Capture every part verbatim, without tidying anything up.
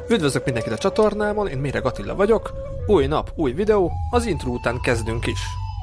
Üdvözlök mindenkit a csatornámon, én Méreg Attila vagyok. Új nap, új videó, az intro után kezdünk is.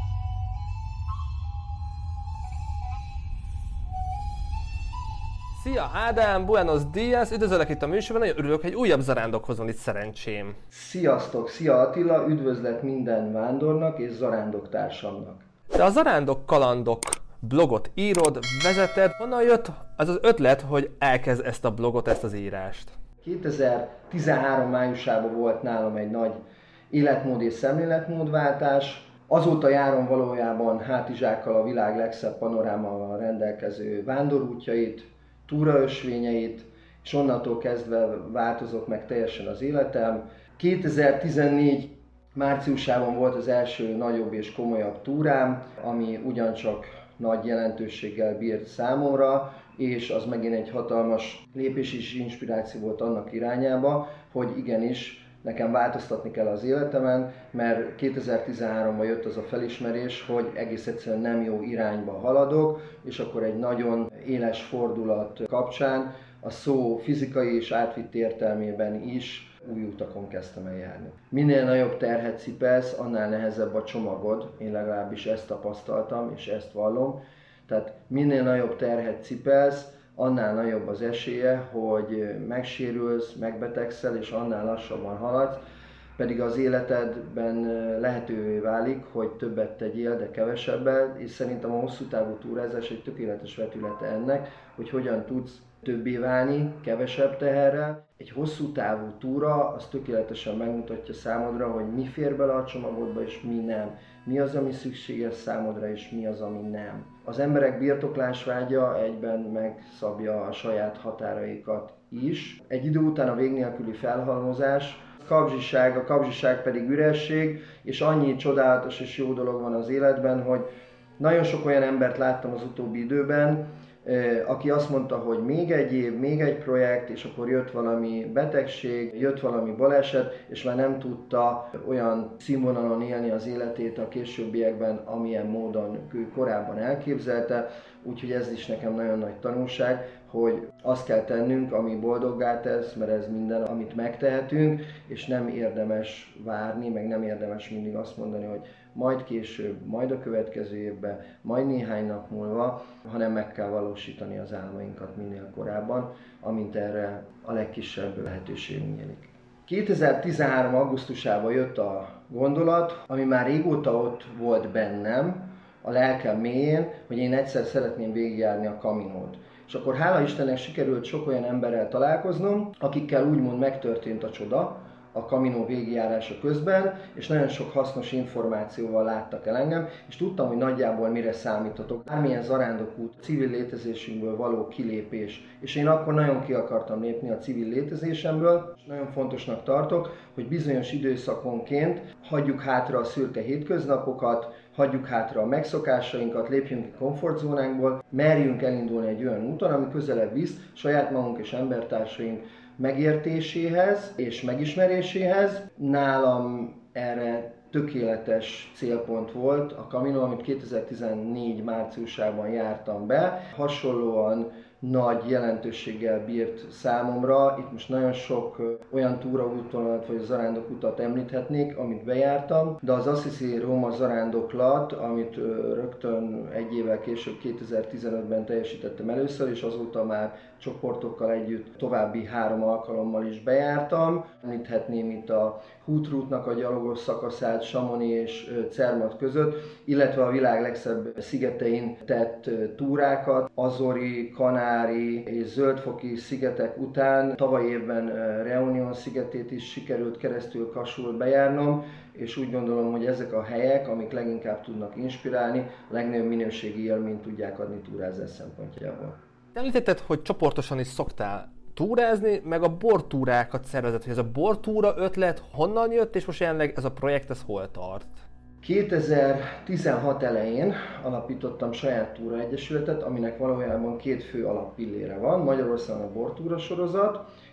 Szia Ádám, buenos dias, üdvözöllek itt a műsorban, nagyon örülök, hogy egy újabb zarándokhoz van itt szerencsém. Sziasztok, szia Attila, üdvözlet minden vándornak és zarándok társamnak. Te a Zarándok Kalandok blogot írod, vezeted, honnan jött az az ötlet, hogy elkezd ezt a blogot, ezt az írást? kétezer-tizenhárom májusában volt nálam egy nagy életmód és szemléletmódváltás. Azóta járom valójában hátizsákkal a világ legszebb panorámával rendelkező vándorútjait, túraösvényeit, és onnantól kezdve változott meg teljesen az életem. kétezer-tizennégy márciusában volt az első nagyobb és komolyabb túrám, ami ugyancsak nagy jelentőséggel bírt számomra, és az megint egy hatalmas lépés és inspiráció volt annak irányába, hogy igenis nekem változtatni kell az életemen, mert kétezer-tizenháromban jött az a felismerés, hogy egész egyszerűen nem jó irányba haladok, és akkor egy nagyon éles fordulat kapcsán a szó fizikai és átvitt értelmében is új utakon kezdtem el járni. Minél nagyobb terhet cipelsz, annál nehezebb a csomagod, én legalábbis ezt tapasztaltam és ezt vallom. Tehát minél nagyobb terhet cipelsz, annál nagyobb az esélye, hogy megsérülsz, megbetegszel, és annál lassabban haladsz, pedig az életedben lehetővé válik, hogy többet tegyél, de kevesebbet, és szerintem a hosszú távú túrázás egy tökéletes vetülete ennek, hogy hogyan tudsz többé válni, kevesebb teherrel. Egy hosszú távú túra az tökéletesen megmutatja számodra, hogy mi fér bele a csomagodba és mi nem. Mi az, ami szükséges számodra és mi az, ami nem. Az emberek birtoklásvágya egyben megszabja a saját határaikat is. Egy idő után a vég nélküli felhalmozás, kapzsiság, a kapzsiság pedig üresség, és annyi csodálatos és jó dolog van az életben, hogy nagyon sok olyan embert láttam az utóbbi időben, aki azt mondta, hogy még egy év, még egy projekt, és akkor jött valami betegség, jött valami baleset, és már nem tudta olyan színvonalon élni az életét a későbbiekben, amilyen módon ő korábban elképzelte. Úgyhogy ez is nekem nagyon nagy tanulság, hogy azt kell tennünk, ami boldoggá tesz, mert ez minden, amit megtehetünk, és nem érdemes várni, meg nem érdemes mindig azt mondani, hogy majd később, majd a következő évben, majd néhány nap múlva, hanem meg kell valósítani az álmainkat minél korábban, amint erre a legkisebb lehetőségünk nyílik. kétezer-tizenhárom augusztusában jött a gondolat, ami már régóta ott volt bennem, a lelkem mélyén, hogy én egyszer szeretném végigjárni a Caminót. És akkor hála Istennek sikerült sok olyan emberrel találkoznom, akikkel úgymond megtörtént a csoda a Camino végigjárása közben, és nagyon sok hasznos információval láttak el engem, és tudtam, hogy nagyjából mire számíthatok. Bármilyen zarándokút, civil létezésünkből való kilépés. És én akkor nagyon ki akartam lépni a civil létezésemből, és nagyon fontosnak tartok, hogy bizonyos időszakonként hagyjuk hátra a szürke hétköznapokat, hagyjuk hátra a megszokásainkat, lépjünk ki komfortzónánkból, merjünk elindulni egy olyan úton, ami közelebb visz saját magunk és embertársaink megértéséhez és megismeréséhez. Nálam erre tökéletes célpont volt a Camino, amit kétezer-tizennégy márciusában jártam be. Hasonlóan nagy jelentőséggel bírt számomra. Itt most nagyon sok olyan túraútvonalat vagy zarándokutat említhetnék, amit bejártam, de az Assisi-Róma zarándoklat, amit rögtön egy évvel később, kétezer-tizenötben teljesítettem először, és azóta már csoportokkal együtt további három alkalommal is bejártam. Említhetném itt a Hútrútnak a gyalogos szakaszát Chamonix és Zermatt között, illetve a világ legszebb szigetein tett túrákat, Azori, Kanári és Zöldfoki szigetek után tavaly évben Reunion szigetét is sikerült keresztül Kasul bejárnom, és úgy gondolom, hogy ezek a helyek, amik leginkább tudnak inspirálni, a legnagyobb minőségi élményt tudják adni túrázás szempontjából. Említetted, hogy csoportosan is szoktál túrázni, meg a bortúrákat szervezett, hogy ez a bortúra ötlet honnan jött, és most jelenleg ez a projekt, ez hol tart? kétezer-tizenhat elején alapítottam saját túraegyesületet, aminek valójában két fő alappillére van. Magyarországon a bortúra sorozat,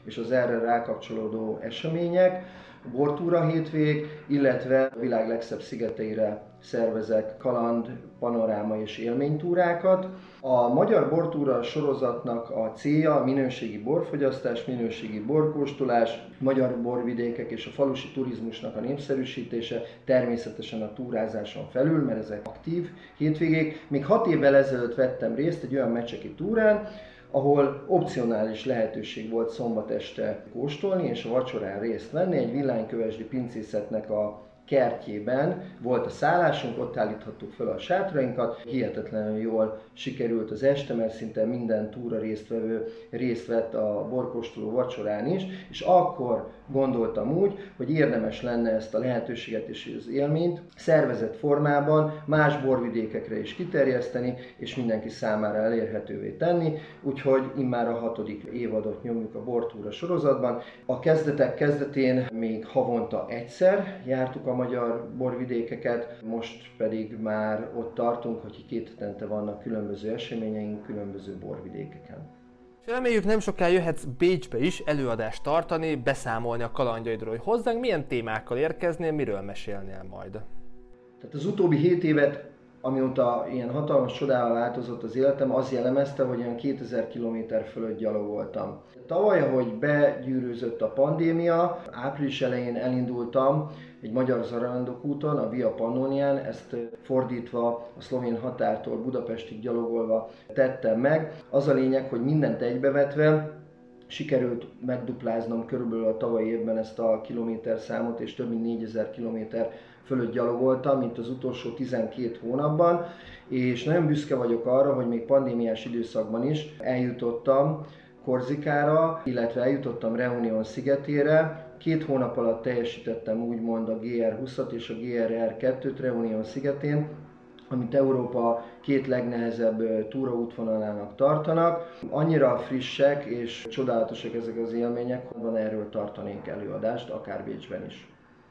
és az erre rákapcsolódó események, bortúra hétvég, illetve a világ legszebb szigeteire szervezek kaland, panoráma és élménytúrákat. A Magyar Bortúra sorozatnak a célja a minőségi borfogyasztás, minőségi borkóstolás, magyar borvidékek és a falusi turizmusnak a népszerűsítése, természetesen a túrázáson felül, mert ezek aktív hétvégék. Még hat évvel ezelőtt vettem részt egy olyan mecseki túrán, ahol opcionális lehetőség volt szombat este kóstolni és a vacsorán részt venni. Egy villánykövesdi pincészetnek a kertjében volt a szállásunk, ott állíthattuk fel a sátrainkat. Hihetetlenül jól sikerült az este, mert szinte minden túra résztvevő részt vett a borkóstoló vacsorán is, és akkor gondoltam úgy, hogy érdemes lenne ezt a lehetőséget és az élményt szervezett formában más borvidékekre is kiterjeszteni, és mindenki számára elérhetővé tenni, úgyhogy immár a hatodik évadot nyomjuk a Bortúra sorozatban. A kezdetek kezdetén még havonta egyszer jártuk a magyar borvidékeket, most pedig már ott tartunk, hogy két hetente vannak különböző eseményeink különböző borvidékeken. És reméljük nem soká jöhetsz Bécsbe is előadást tartani, beszámolni a kalandjaidról, hogy hozzánk milyen témákkal érkeznél, miről mesélnél majd. Tehát az utóbbi hét évet, amióta ilyen hatalmas csodával változott az életem, az jellemezte, hogy olyan kétezer kilométer fölött gyalogoltam. Tavaly, ahogy begyűrűzött a pandémia, április elején elindultam egy magyar zarándokúton, a Via Pannonián, ezt fordítva a szlovén határtól Budapestig gyalogolva tettem meg. Az a lényeg, hogy mindent egybevetve sikerült megdupláznom körülbelül a tavalyi évben ezt a kilométerszámot, és több mint négyezer kilométer fölött gyalogoltam, mint az utolsó tizenkét hónapban, és nagyon büszke vagyok arra, hogy még pandémiás időszakban is eljutottam Korzikára, illetve eljutottam Reunion szigetére. Két hónap alatt teljesítettem úgymond a gé er húszat és a gé er er kettőt Reunion szigetén, amit Európa két legnehezebb túraútvonalának tartanak. Annyira frissek és csodálatosak ezek az élmények, hogy van erről tartanék előadást, akár Bécsben is.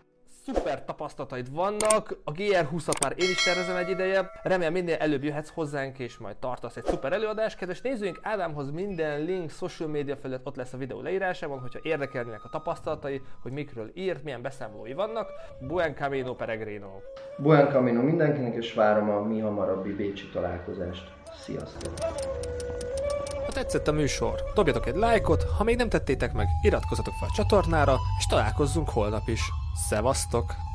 Szuper tapasztalataid vannak, a gé er húszat már én is tervezem egy ideje, remélem minél előbb jöhetsz hozzánk és majd tartasz egy szuper előadást. Kedves nézőink, Ádámhoz minden link, social media felület ott lesz a videó leírásában, hogyha érdekelnének a tapasztalatai, hogy mikről írt, milyen beszámolói vannak. Buen camino peregrino! Buen camino mindenkinek, és várom a mi hamarabbi bécsi találkozást. Sziasztok! Ha tetszett a műsor, dobjatok egy lájkot, ha még nem tettétek meg, iratkozzatok fel a csatornára, és találkozzunk holnap is. Szevasztok!